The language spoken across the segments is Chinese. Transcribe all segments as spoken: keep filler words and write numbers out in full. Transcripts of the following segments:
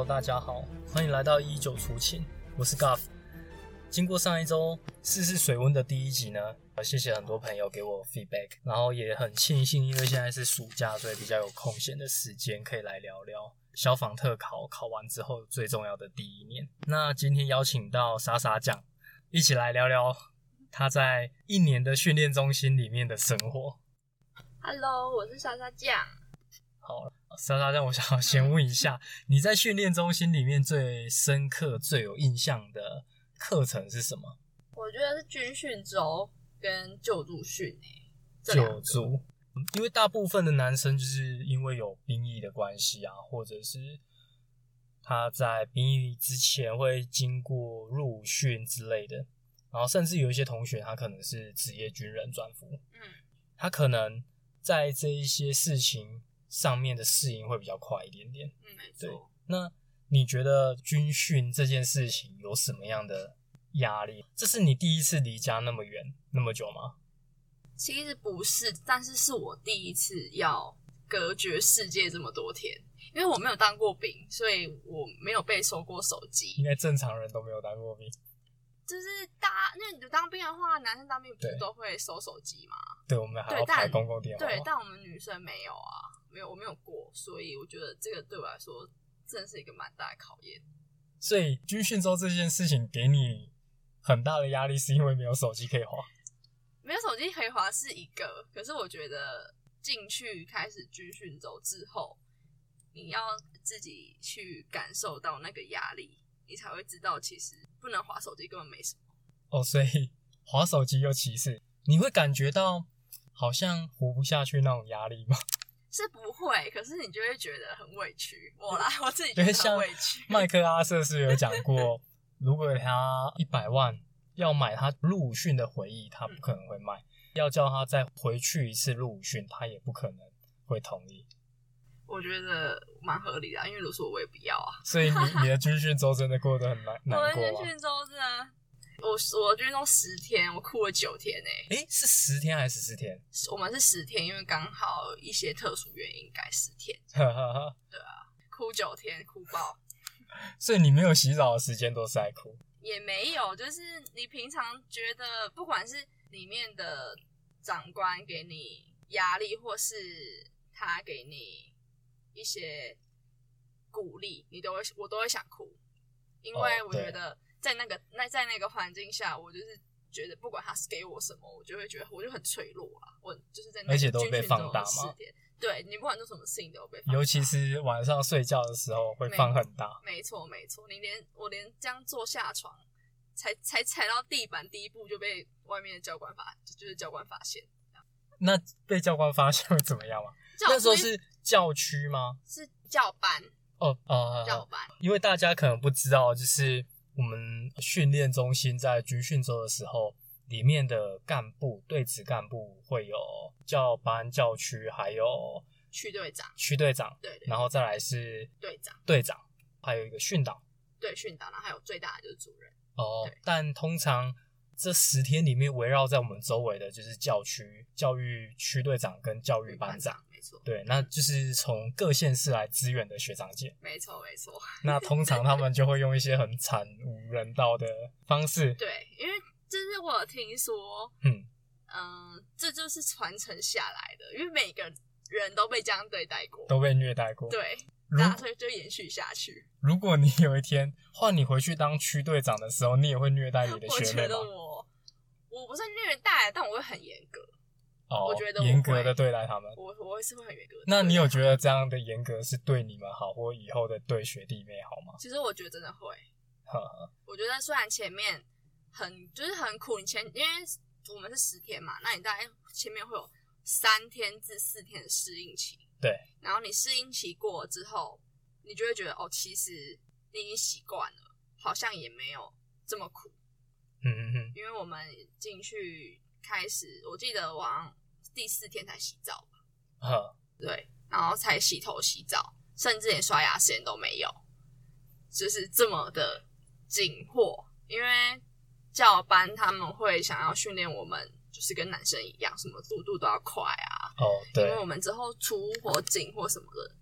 Hello， 大家好，欢迎来到一九出勤，我是 Guff。经过上一周试试水温的第一集呢，谢谢很多朋友给我 feedback， 然后也很庆幸，因为现在是暑假，所以比较有空闲的时间可以来聊聊消防特考考完之后最重要的第一年。那今天邀请到莎莎酱一起来聊聊她在一年的训练中心里面的生活。 Hello， 我是莎莎酱。 好，莎莎酱，我想要先问一下，嗯、你在训练中心里面最深刻、最有印象的课程是什么？ 我觉得是军训周跟救助训诶。 救助，因为大部分的男生就是因为有兵役的关系啊，或者是他在兵役之前会经过入伍训之类的，然后甚至有一些同学他可能是职业军人转服，嗯，他可能在这一些事情上面的适应会比较快一点点。 嗯，没错。 那你觉得军训这件事情有什么样的压力？这是你第一次离家那么远那么久吗？ 其实不是，但是是我第一次要隔绝世界这么多天，因为我没有当过兵，所以我没有被收过手机。 应该正常人都没有当过兵。 就是大，因为你当兵的话，男生当兵不是都会收手机吗？ 对，我们还要开公共电话。 对，但我们女生没有啊，没有，我没有过，所以我觉得这个对我来说真的是一个蛮大的考验。 所以军训周这件事情给你很大的压力，是因为没有手机可以滑？ 没有手机可以滑是一个，可是我觉得进去开始军训周之后，你要自己去感受到那个压力，你才会知道其实不能滑手机根本没什么。 哦，所以滑手机又其次，你会感觉到好像活不下去那种压力吗？ 是不会，可是你就会觉得很委屈。我啦，我自己觉得很委屈。 麦克阿瑟是有讲过，如果他一百万要买他入伍训的回忆，他不可能会卖；嗯、要叫他再回去一次入伍训，他也不可能会同意。 我觉得蛮合理的，因为如果说我也不要啊。 所以你你的军训周真的过得很难难过、啊。 我的军训周真的，我我军训周十天，我哭了九天诶、 欸。诶，是十天还是十四天？ 我们是十天，因为刚好一些特殊原因改十天。对啊，哭九天，哭爆。 所以你没有洗澡的时间都是在哭？ 也没有，就是你平常觉得，不管是里面的长官给你压力，或是他给你一些鼓励，你都会，我都会想哭，因为我觉得在那个、哦、那在那个环境下，我就是觉得不管他是给我什么，我就会觉得我就很脆弱啊。我就是在那个而且都被放大嘛， 对，你不管做什么事情都有被放大， 尤其是晚上睡觉的时候会放很大。 没错没错，你连我连这样坐下床，才才踩到地板第一步就被外面的教官发，就是教官发现。 那被教官发现会怎么样吗？那时候是教区吗？ 是教班哦，呃， 教班。 因为大家可能不知道，就是我们训练中心在军训周的时候，里面的干部、队职干部会有教班、教区，还有区队长、 区队长， 对, 对, 对， 然后再来是队长、 队长，还有一个训导， 对，训导，然后还有最大的就是主任。 哦，但通常这十天里面围绕在我们周围的就是教区、教育区队长跟教育班长， 没错。 对，那就是从各县市来支援的学长姐。 没错，没错。 那通常他们就会用一些很惨无人道的方式。 对，因为就是我有听说，嗯嗯、呃，这就是传承下来的，因为每个人都被这样对待过， 都被虐待过。 对。那所以就延续下去。 如果你有一天换你回去当区队长的时候，你也会虐待你的学妹吗？ 我觉得我我不是虐待，但我会很严格。 哦， 我觉得严格的对待他们。 我我是会很严格的。 那你有觉得这样的严格是对你们好，或以后的对学弟妹好吗？ 其实我觉得真的会。我觉得虽然前面很就是很苦，你前因为我们是十天嘛，那你大概前面会有三天至四天的适应期。 对， 然后你适应期过了之后，你就会觉得哦，其实你已经习惯了，好像也没有这么苦。 嗯嗯嗯。因为我们进去开始，我记得我好像第四天才洗澡吧。 呵。 对，然后才洗头洗澡，甚至连刷牙时间都没有，就是这么的紧迫。因为教班他们会想要训练我们。就是跟男生一样，什么速度都要快啊。 哦，对， 因为我们之后出火警或什么的，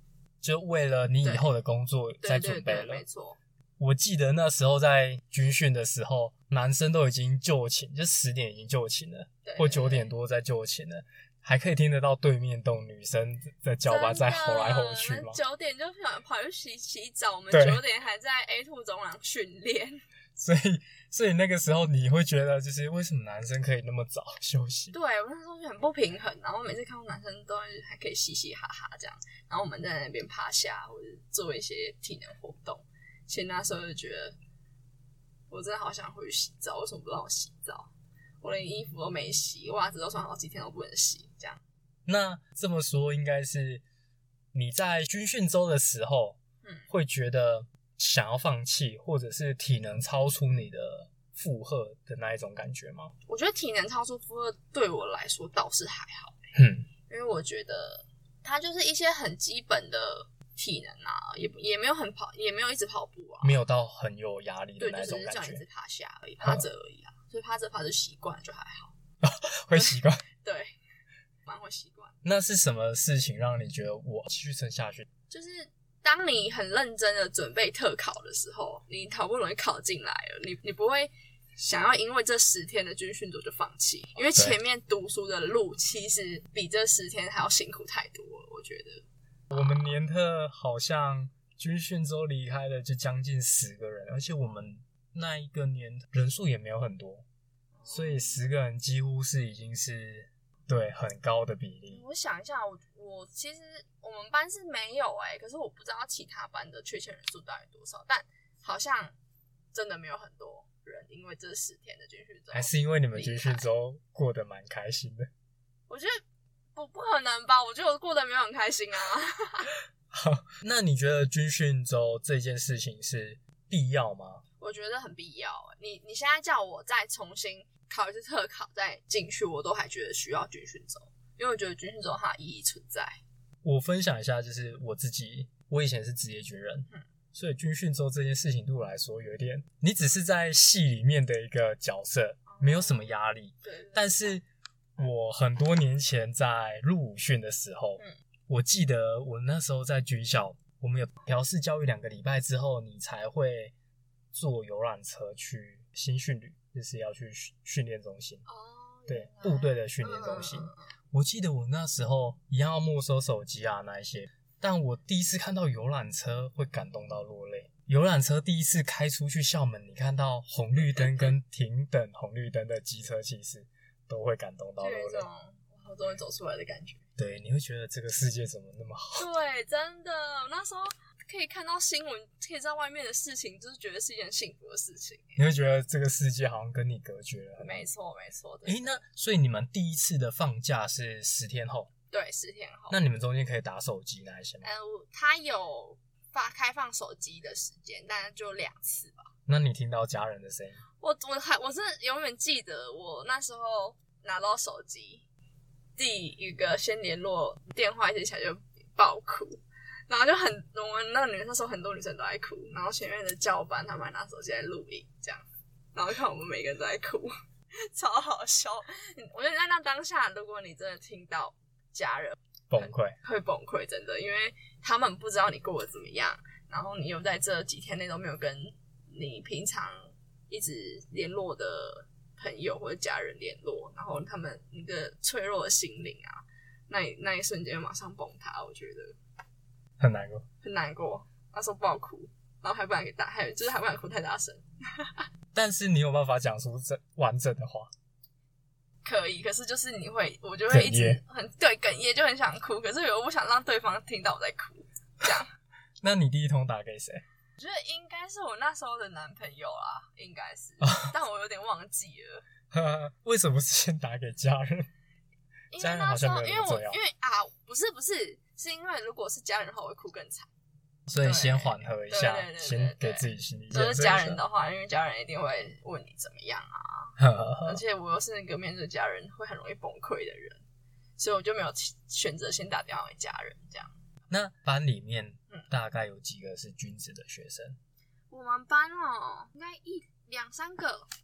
就为了你以后的工作在准备了。 对对对，没错。 我记得那时候在军训的时候，男生都已经就寝，就十点已经就寝了， 对对对， 或九点多在就寝了，还可以听得到对面栋女生的叫吧在吼来吼去嘛。 九点就跑去洗洗澡，我们对九点还在 A 二 走廊训练。 所以，所以那个时候你会觉得，就是为什么男生可以那么早休息？ 对，我那时候就很不平衡，然后每次看到男生都还可以嘻嘻哈哈这样，然后我们在那边趴下或者做一些体能活动。其实那时候就觉得，我真的好想回去洗澡，为什么不让我洗澡？我连衣服都没洗，袜子都穿好几天都不能洗，这样。 那这么说，应该是你在军训周的时候，嗯，会觉得想要放弃，或者是体能超出你的负荷的那一种感觉吗？ 我觉得体能超出负荷对我来说倒是还好， 嗯， 因为我觉得它就是一些很基本的体能啊，也也没有很跑，也没有一直跑步啊， 没有到很有压力的那种感觉。 对，就只是叫你一直趴下而已，趴着而已啊，所以趴着趴着习惯了就还好。 会习惯， 对，蛮会习惯。 那是什么事情让你觉得我继续撑下去？ 就是当你很认真的准备特考的时候，你好不容易考进来了，你你不会想要因为这十天的军训周就放弃，因为前面读书的路其实比这十天还要辛苦太多了，我觉得。 我们年特好像军训周离开了就将近十个人，而且我们那一个年人数也没有很多，所以十个人几乎是已经是对很高的比例。 我想一下，我我其实我们班是没有哎、欸，可是我不知道其他班的确切人数大概多少，但好像真的没有很多人因为这十天的军训周， 还是因为你们军训周过得蛮开心的？ 我觉得不不可能吧？我觉得我过得没有很开心啊。 好，那你觉得军训周这件事情是必要吗？ 我觉得很必要、欸。你你现在叫我再重新考一次特考再进去，我都还觉得需要军训周，因为我觉得军训周它的意义存在。 我分享一下，就是我自己，我以前是职业军人，嗯，所以军训周这件事情对我来说有点，你只是在戏里面的一个角色，没有什么压力。 对, 对, 对， 但是我很多年前在入伍训的时候，嗯，我记得我那时候在军校，我们有调试教育两个礼拜之后，你才会坐游览车去新训旅，就是要去训练中心。哦，对，部队的训练中心。嗯，我记得我那时候一样要没收手机啊那一些，但我第一次看到游览车会感动到落泪。游览车第一次开出去校门，你看到红绿灯跟停等红绿灯的机车骑士，都会感动到落泪。 就有一种我好终于走出来的感觉。 对，你会觉得这个世界怎么那么好？ 对，真的，我那时候可以看到新闻，可以知道外面的事情，就是觉得是一件幸福的事情。 你会觉得这个世界好像跟你隔绝了。 没错，没错。 诶，那所以你们第一次的放假是十天后？ 对，十天后。 那你们中间可以打手机那一些吗？ 呃，他有发开放手机的时间，但就两次吧。 那你听到家人的声音？ 我我还我真的永远记得，我那时候拿到手机，第一个先联络电话一接起来就爆哭。然后就很，我们那女那时候很多女生都在哭，然后前面的教班他们还拿手机在录影，这样，然后看我们每个人都在哭，超好笑。我觉得在那当下，如果你真的听到家人崩溃， 会崩溃，真的，因为他们不知道你过得怎么样，然后你又在这几天内都没有跟你平常一直联络的朋友或者家人联络，然后他们一个脆弱的心灵啊，那那一瞬间马上崩塌，我觉得。 很难过， 很难过，那时候爆哭，然后还不敢给大，还有就是还不敢哭太大声。 但是你有办法讲出这完整的话？ 可以，可是就是你会，我就会一直很对哽咽，就很想哭，可是我又不想让对方听到我在哭，这样。 那你第一通打给谁？ 我觉得应该是我那时候的男朋友啦，应该是，但我有点忘记了。 为什么是先打给家人？ 因为那时候，因为我因为啊，不是不是。是因为如果是家人的话，我会哭更惨， 所以先缓和一下， 对对对对对， 先给自己心理建设一下。 就是家人的话，因为家人一定会问你怎么样啊，而且我又是那个面对家人会很容易崩溃的人，所以我就没有选择先打电话给家人这样。 那班里面大概有几个是军职的学生？ 我们班哦，应该一两三个，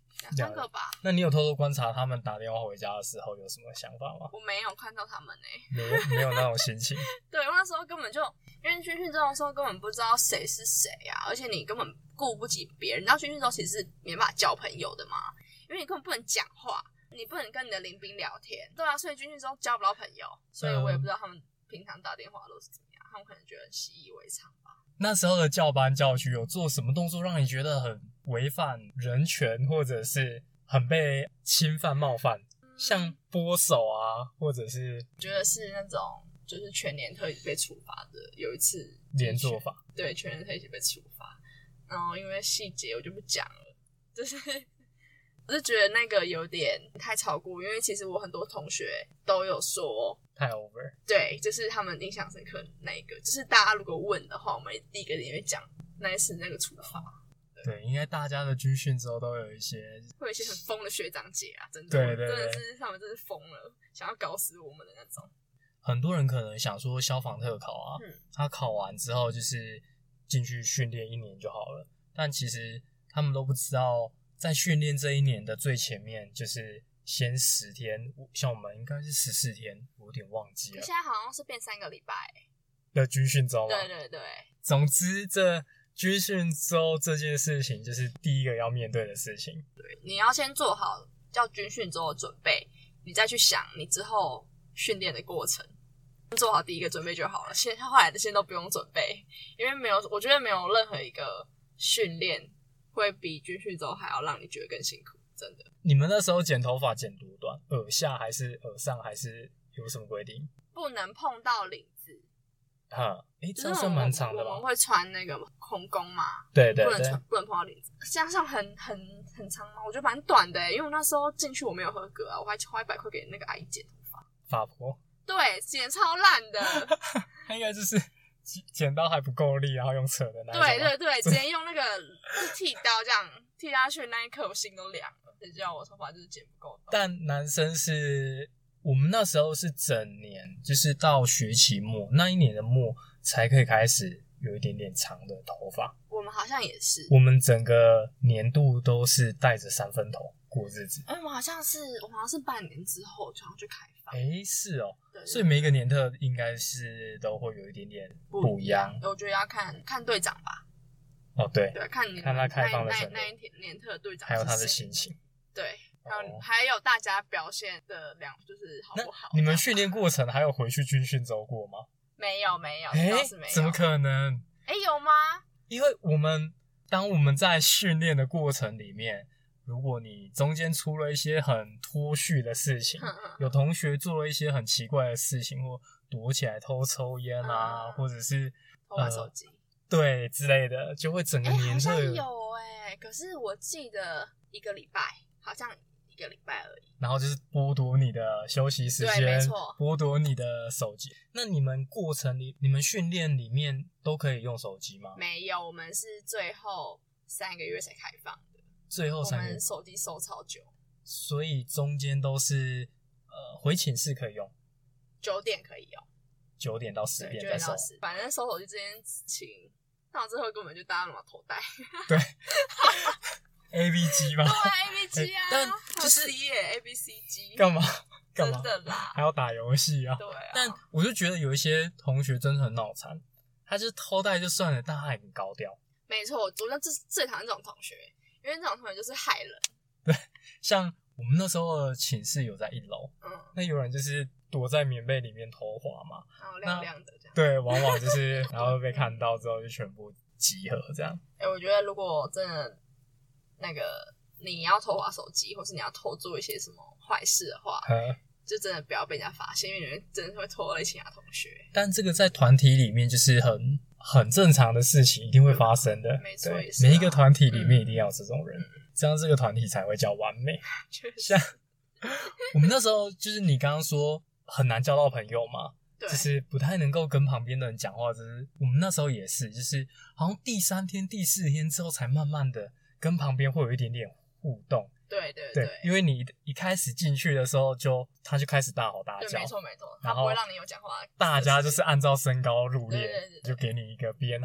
两三个吧。 那你有偷偷观察他们打电话回家的时候有什么想法吗？ 我没有看到他们呢、欸， 没有没有那种心情。 对，我那时候根本就因为军训这种时候根本不知道谁是谁啊，而且你根本顾不及别人。你知道军训之后其实是没办法交朋友的嘛，因为你根本不能讲话，你不能跟你的邻兵聊天，对啊，所以军训之后交不到朋友，所以我也不知道他们平常打电话都是怎么样，他们可能觉得很习以为常吧。 那时候的教班教区有做什么动作让你觉得很违反人权，或者是很被侵犯冒犯？嗯、像拨手啊，或者是我觉得是那种就是全年特一起被处罚的，有一次连坐法， 对，全年特一起被处罚，然后因为细节我就不讲了，就是我是觉得那个有点太超过，因为其实我很多同学都有说太 over， 对，就是他们印象深刻的那一个，就是大家如果问的话，我们第一个也会讲那一次那个处罚。 对，对，应该大家的军训之后都有一些， 会有一些很疯的学长姐啊，真的， 对对对， 真的是他们真是疯了，想要搞死我们的那种。 很多人可能想说消防特考啊，嗯、他考完之后就是进去训练一年就好了，但其实他们都不知道，在训练这一年的最前面就是先十天，像我们应该是十四天，我有点忘记了。 现在好像是变三个礼拜的军训周嘛。 对对对。 总之，这军训周这件事情就是第一个要面对的事情。 对，你要先做好叫军训周的准备，你再去想你之后训练的过程，做好第一个准备就好了。先后来的先都不用准备，因为没有，我觉得没有任何一个训练会比军训周还要让你觉得更辛苦。真的， 你们那时候剪头发剪多短？耳下还是耳上，还是有什么规定？ 不能碰到领子。 哈，诶，这样算蛮长的吧？ 我们会穿那个空弓嘛， 对对对， 不能穿，不能碰到领子。这样算很很很长吗？我觉得蛮短的诶，因为我那时候进去我没有合格啊，我还花一百块给那个阿姨剪头发。 发婆？ 对，剪超烂的。 他应该就是剪刀还不够力，然后用扯的那种。 对对对，直接用那个剃刀这样剃下去，那一刻我心都凉了。谁知道我头发就是剪不够短。 但男生是我们那时候是整年，就是到学期末那一年的末才可以开始有一点点长的头发。 我们好像也是， 我们整个年度都是带着三分头过日子。 哎、欸，我好像是，我好像是半年之后就要去开放。 哎、欸，是哦， 对对对， 所以每一个年特应该是都会有一点点不一样。 我觉得要看看队长吧。 哦，对， 对，看你看他开放的那那一天年特队长， 还有他的心情。 对，还有、哦、还有大家表现的两就是好不好？ 你们训练过程还有回去军训周过吗？ 没有没有， 哎、 倒是没有。 怎么可能？ 哎，有吗？ 因为我们当我们在训练的过程里面，如果你中间出了一些很脱序的事情，有同学做了一些很奇怪的事情，或躲起来偷抽烟啊，嗯、或者是偷玩手机、呃， 对之类的，就会整个年特好像有哎、欸，可是我记得一个礼拜，好像一个礼拜而已。 然后就是剥夺你的休息时间， 对，没错， 剥夺你的手机。那你们过程里，你们训练里面都可以用手机吗？ 没有，我们是最后三个月才开放的。 最后三个月， 我们手机收超久， 所以中间都是呃回寝室可以用， 九点可以用， 九点到十点再收。 反正收手机这件事情，到最后根本就大家拿头戴。 对。A B 机吗？ 对啊 ，A B 机啊， 但就是耶 A B C 机， 干嘛干嘛？ 真的啦， 还要打游戏啊？ 对啊。 但我就觉得有一些同学真的很脑残，他就是偷带就算了，但他还很高调。 没错，我觉得这最讨厌这种同学，因为这种同学就是害人。 对，像我们那时候的寝室有在一楼， 嗯， 那有人就是躲在棉被里面偷滑嘛， 然后亮亮的这样。 对，往往就是然后被看到之后就全部集合这样。 哎、欸，我觉得如果真的。那个你要偷滑手机，或是你要偷做一些什么坏事的话，就真的不要被人家发现，因为你们真的会拖累其他同学。 但这个在团体里面就是很很正常的事情，一定会发生的。 没错， 对，每一个团体里面一定要有这种人，嗯、这样这个团体才会叫完美。像我们那时候就是你刚刚说很难交到朋友嘛，就是不太能够跟旁边的人讲话，就是我们那时候也是，就是好像第三天、第四天之后才慢慢的。跟旁边会有一点点互动， 对对对, 对，因为你一开始进去的时候就，他就开始大吼大叫， 对，没错没错，他不会让你有讲话， 大家就是按照身高入列， 对对对对， 就给你一个编号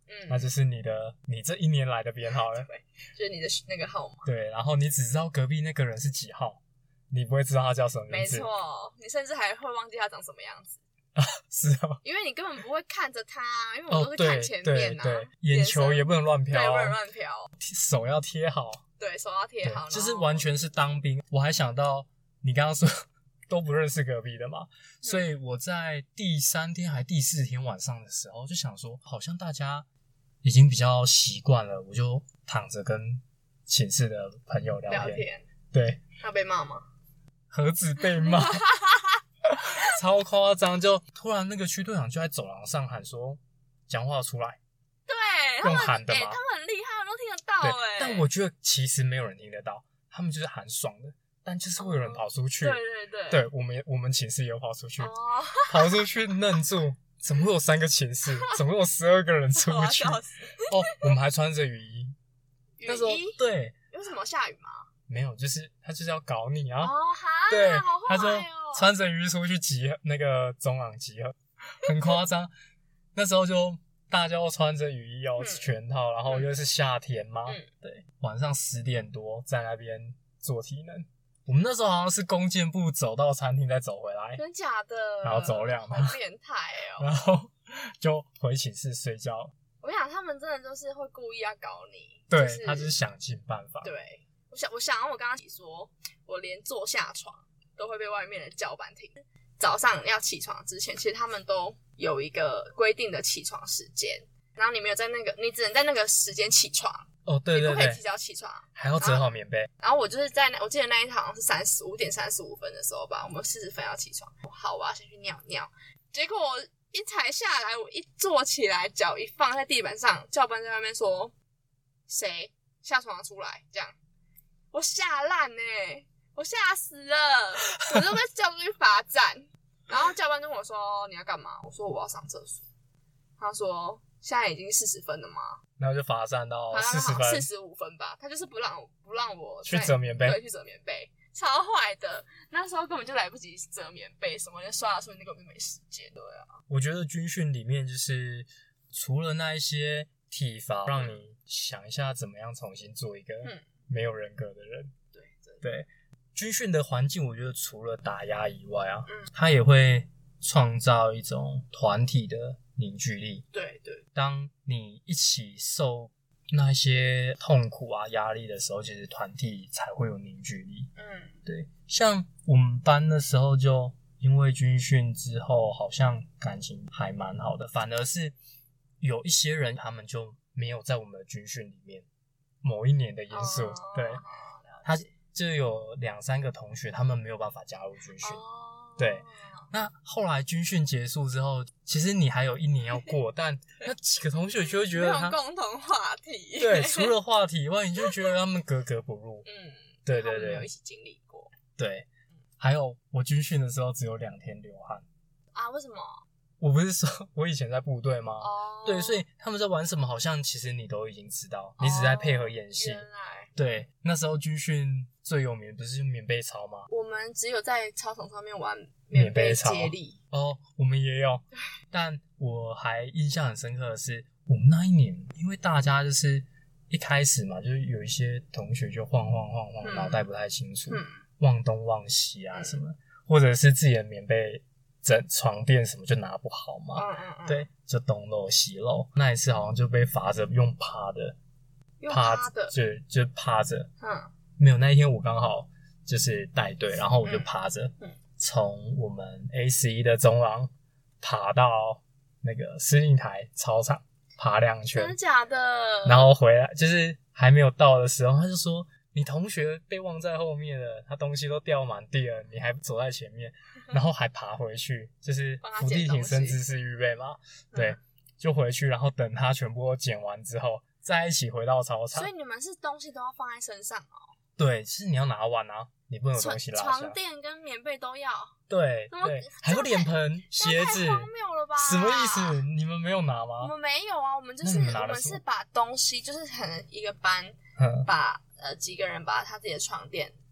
嗯， 那就是你的你这一年来的编号了。 对，就是你的那个号码。 对，然后你只知道隔壁那个人是几号，你不会知道他叫什么名字。 没错，你甚至还会忘记他长什么样子。 是哦， 因为你根本不会看着他，因为我们都是看前哦、 面啊， 对对对，眼球也不能乱飘， 对，不能乱飘， 手要贴好， 对手要贴好， 就是完全是当兵。我还想到你刚刚说都不认识隔壁的嘛，嗯、所以我在第三天还第四天晚上的时候就想说，好像大家已经比较习惯了，我就躺着跟寝室的朋友聊天。 聊天对， 要被骂吗？ 何止被骂。超夸张！就突然那个区队长就在走廊上喊说：“讲话出来。” 对， 用喊的嘛、 欸，他们很厉害，都听得到哎、欸。 但我觉得其实没有人听得到，他们就是喊爽的，但就是会有人跑出去。 哦、对对对， 对我们我们寝室也有跑出去， 哦、 跑出去愣住，怎么会有三个寝室？怎么会有十二个人出去？哦，我们还穿着雨衣。 雨衣那时候对， 有什么下雨吗？ 没有，就是他就是要搞你啊！ 哦哈， 对， 好坏哦、 他就穿着雨衣出去集合那个中朗集合，很夸张。那时候就大家都穿着雨衣哦，嗯、全套，然后又是夏天嘛，嗯、对，晚上十点多在那边做体能。我们那时候好像是弓箭步走到餐厅再走回来， 真假的？ 然后走两趟， 好变态哦！ 然后就回寝室睡觉。 我跟你讲，他们真的就是会故意要搞你， 对、 就是、 他就是想尽办法。 对。我想，我想，我刚刚说，我连坐下床都会被外面的叫板停。早上要起床之前，其实他们都有一个规定的起床时间，然后你没有在那个，你只能在那个时间起床。 哦，对对对， 你不可以提早起床， 还要折好棉被。 然后我就是在那，我记得那一场是三十五点三十五分的时候吧，我们四十分要起床。好，我要先去尿尿。结果我一踩下来，我一坐起来，脚一放在地板上，教官在外面说：“谁下床出来？”这样。我吓烂欸，我吓死了，我就被叫出去罚站。然后教官跟我说：“你要干嘛？”我说：“我要上厕所。”他说：“现在已经四十分了吗？” 然后就罚站到四十分， 四十五分吧。他就是不让我不让我去折棉被， 对，去折棉被，超坏的。那时候根本就来不及折棉被，什么就刷牙，所以那个没时间。对啊， 我觉得军训里面就是除了那一些体罚，让你想一下怎么样重新做一个。嗯没有人格的人， 对对，军训的环境，我觉得除了打压以外啊，嗯，它也会创造一种团体的凝聚力。 对对， 当你一起受那些痛苦啊、压力的时候，其实团体才会有凝聚力。 嗯， 对，像我们班的时候，就因为军训之后，好像感情还蛮好的，反而是有一些人，他们就没有在我们的军训里面。某一年的因素，哦、对，他就有两三个同学，他们没有办法加入军训，哦、对。那后来军训结束之后，其实你还有一年要过，但那几个同学就会觉得他没有共同话题， 对，除了话题以外，你就觉得他们格格不入， 嗯， 对对对， 没有一起经历过， 对。还有我军训的时候只有两天流汗啊？为什么？ 我不是说我以前在部队吗？ 哦， 对，所以他们在玩什么，好像其实你都已经知道，你只在配合演戏。 哦、原来， 对，那时候军训最有名不是棉被操吗？ 我们只有在操场上面玩棉被接力。 哦，我们也有，但我还印象很深刻的是，我们那一年，因为大家就是一开始嘛，就是有一些同学就晃晃晃晃，脑、嗯、袋不太清楚，嗯、忘东忘西啊什么，嗯、或者是自己的棉被。整床垫什么就拿不好嘛， 嗯嗯嗯对，就东漏西漏。那一次好像就被罚着用趴的， 用趴的， 就就趴着。 嗯， 没有，那一天我刚好就是带队，然后我就趴着， 嗯， 从我们 A 十一的中廊爬到那个司令台操场，爬两圈， 真的假的？ 然后回来，就是还没有到的时候，他就说。你同学被忘在后面了，他东西都掉满地了，你还走在前面，然后还爬回去，就是伏地挺身姿势预备嘛，对，就回去，然后等他全部都捡完之后，再一起回到操场。 所以你们是东西都要放在身上哦？ 对，其实你要拿完啊，你不能有东西拉下。 床垫跟棉被都要。 对对，还有脸盆、鞋子， 太荒谬了吧？ 什么意思？你们没有拿吗？ 我们没有啊，我们就是我们是把东西，就是可能一个班把。呃，几个人把他自己的床垫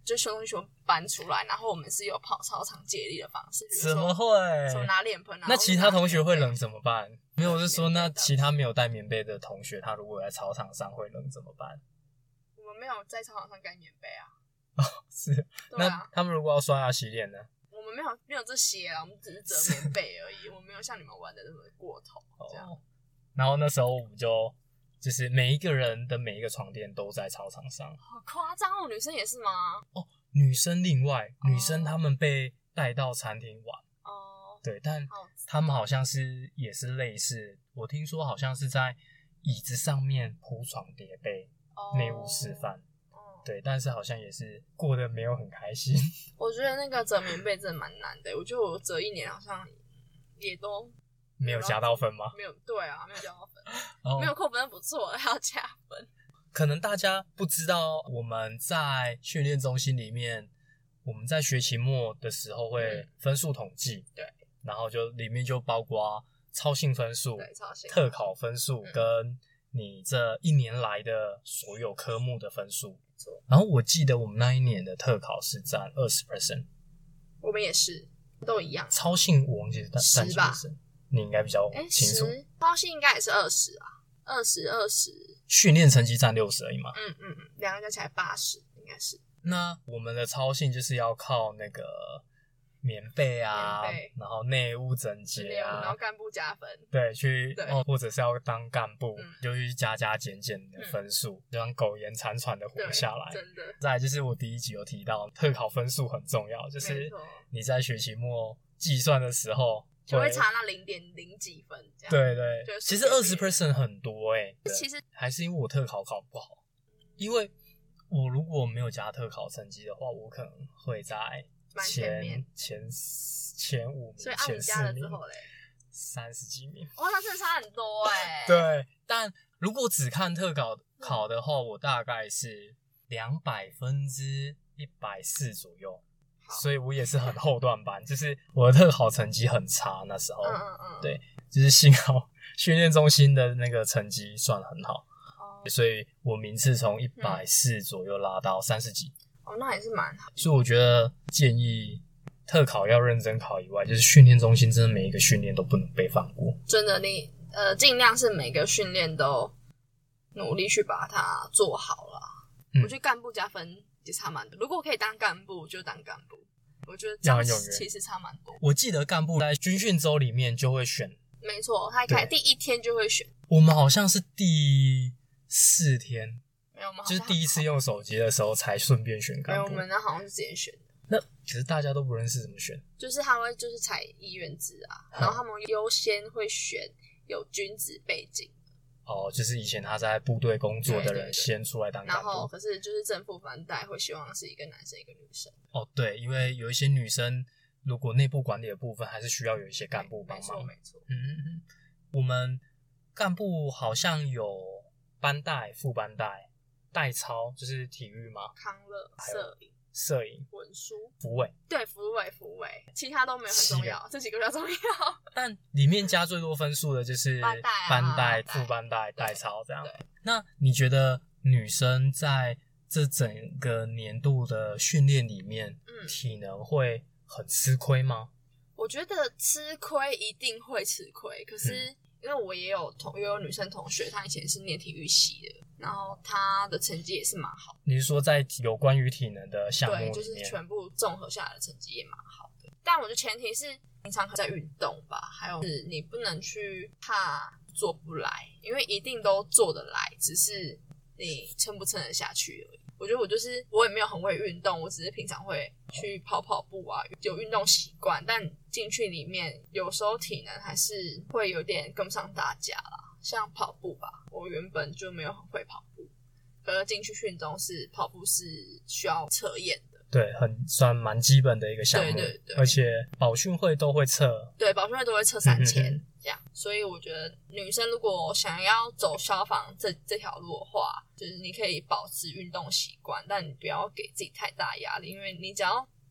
就胸东西全部搬出来，然后我们是有跑操场接力的方式， 怎么会？ 什么拿脸盆？ 那其他同学会冷怎么办？没有，我是说那的其他没有带棉被的同学，他如果在操场上会冷怎么办？ 我们没有在操场上盖棉被啊。 哦，是。 对啊， 那他们如果要刷牙洗脸呢？ 我们没有没有这些啊，我们只是折棉被而已，我们没有像你们玩的那么过头这样。 哦，然后那时候我们就就是每一个人的每一个床垫都在操场上。 好夸张哦！女生也是吗？ 哦，女生另外， 哦女生她们被带到餐厅玩。 哦， 对，但好他们好像是也是类似，我听说好像是在椅子上面铺床叠被内务示范。 哦， 对，但是好像也是过得没有很开心。 我觉得那个折棉被真的蛮难的，我觉得我折一年好像也都没有加到分吗？ 没有，对啊，没有加到分， 哦， 没有扣分不错，还要加分。 可能大家不知道，我们在训练中心里面，我们在学期末的时候会分数统计， 对， 然后就里面就包括操性分数、 对，操性特考分数嗯跟你这一年来的所有科目的分数。 没错， 然后我记得我们那一年的特考是占 百分之二十， 我们也是都一样。 操性我忘记是占占几十吧 percent， 你应该比较哎， 清楚。 十操性应该也是二十啊，二十二十， 训练成绩占六十而已嘛。 嗯嗯嗯，两个加起来八十，应该是。 那我们的操性就是要靠那个棉被啊， 棉被然后内务整洁啊， 然后干部加分， 对，去对哦，或者是要当干部， 嗯就去加加减减的分数，就让苟延残喘的活对， 下来。 真的， 再来就是我第一集有提到，特考分数很重要，就没是错， 你在学期末计算的时候就会差那零点零几分这样。 对对， 就是其实二十 percent 很多哎、欸， 其实还是因为我特考考不好，因为我如果没有加特考成绩的话，我可能会在蛮前面前前前五名， 所以按你前四名加了之后嘞， 三十几名。 哇，那真的差很多哎、 对，但如果只看特考考的话，我大概是两百分之一百四左右，所以我也是很后段班，就是我的特考成绩很差那时候。 嗯嗯嗯， 对，就是幸好训练中心的那个成绩算很好， 哦所以我名次从一百四左右拉到三十几。 哦，那也是蛮好。 所以我觉得建议特考要认真考以外，就是训练中心真的每一个训练都不能被放过。 真的，你呃尽量是每个训练都努力去把它做好啦。 嗯我觉得干部加分也差蛮多，如果可以当干部就当干部，我觉得这样要很踊跃其实差蛮多。 我记得干部在军训周里面就会选， 没错，他一开对第一天就会选， 我们好像是第四天， 没有吗？ 就是第一次用手机的时候才顺便选没有，我干部。 们那好像是直接选的。 那其实大家都不认识怎么选。 就是他会就是采意愿制啊， 嗯然后他们优先会选有军职背景， 哦，就是以前他在部队工作的对对对人先出来当干然后部。 可是就是正副班带会希望是一个男生一个女生， 哦，对，因为有一些女生如果内部管理的部分还是需要有一些干部帮没错忙。 没错， 嗯嗯嗯，我们干部好像有班带、副班带、代操，就是体育嘛， 康乐、 还有摄影、 摄影、 文书， 辅委， 对，辅委辅委，其他都没有很重要，这几个比较重要。 但里面加最多分数的就是班带啊班带、 带副班带、代操这样对。 那你觉得女生在这整个年度的训练里面， 嗯体能会很吃亏吗？ 我觉得吃亏一定会吃亏，可是嗯因为我也有同也有女生同学，她以前是念体育系的，然后她的成绩也是蛮好， 你是说在有关于体能的项目里对， 面， 就是全部综合下来的成绩也蛮好的。但我觉得前提是平常在运动吧，还有是你不能去怕做不来，因为一定都做得来，只是你撑不撑得下去而已。我觉得我就是我也没有很会运动，我只是平常会去跑跑步啊，有运动习惯，但进去里面有时候体能还是会有点跟不上大家啦。像跑步吧，我原本就没有很会跑步，可是进去训中是跑步是需要测验的。 对，很算蛮基本的一个项目， 对对对而且保训会都会测。 对，保训会都会测三千、 嗯嗯这样，所以我觉得女生如果想要走消防这这条路的话，就是你可以保持运动习惯，但你不要给自己太大压力，因为你只要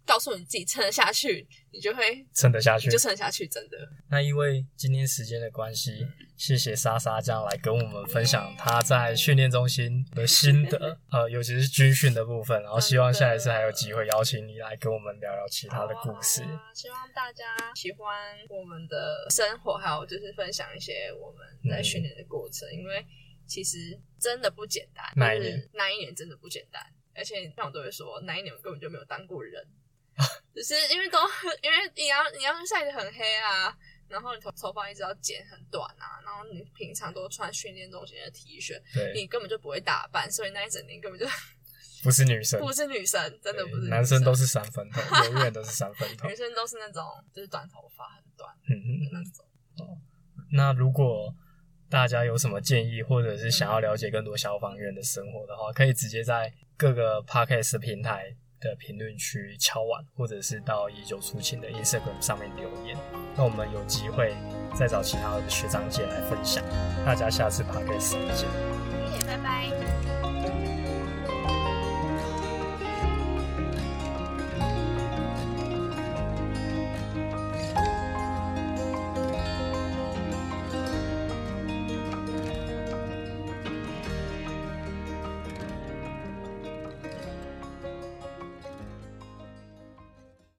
告诉你自己撑得下去，你就会撑得下去， 你就撑得下去，真的。 那因为今天时间的关系，谢谢莎莎这样来跟我们分享她在训练中心的心得，呃，尤其是军训的部分。然后希望下一次还有机会邀请你来跟我们聊聊其他的故事。 啊、希望大家喜欢我们的生活，还有就是分享一些我们在训练的过程，嗯、因为其实真的不简单。 那一年， 就是、那一年真的不简单。而且像我都会说，那一年我根本就没有当过人，只是因为都因为你要你要晒得很黑啊，然后你头头发一直要剪很短啊，然后你平常都穿训练中心的 T 恤，你根本就不会打扮，所以那一整年根本就不是女生， 不是女生，真的不是女生， 男生都是三分头，永远都是三分头， 女生都是那种就是短头发很短的那种。哦，那如果大家有什么建议，或者是想要了解更多消防员的生活的话，可以直接在各个 podcast 平台的评论区敲碗，或者是到一九出勤的 Instagram 上面留言。那我们有机会再找其他的学长姐来分享。大家下次 podcast 见， 谢谢，拜拜。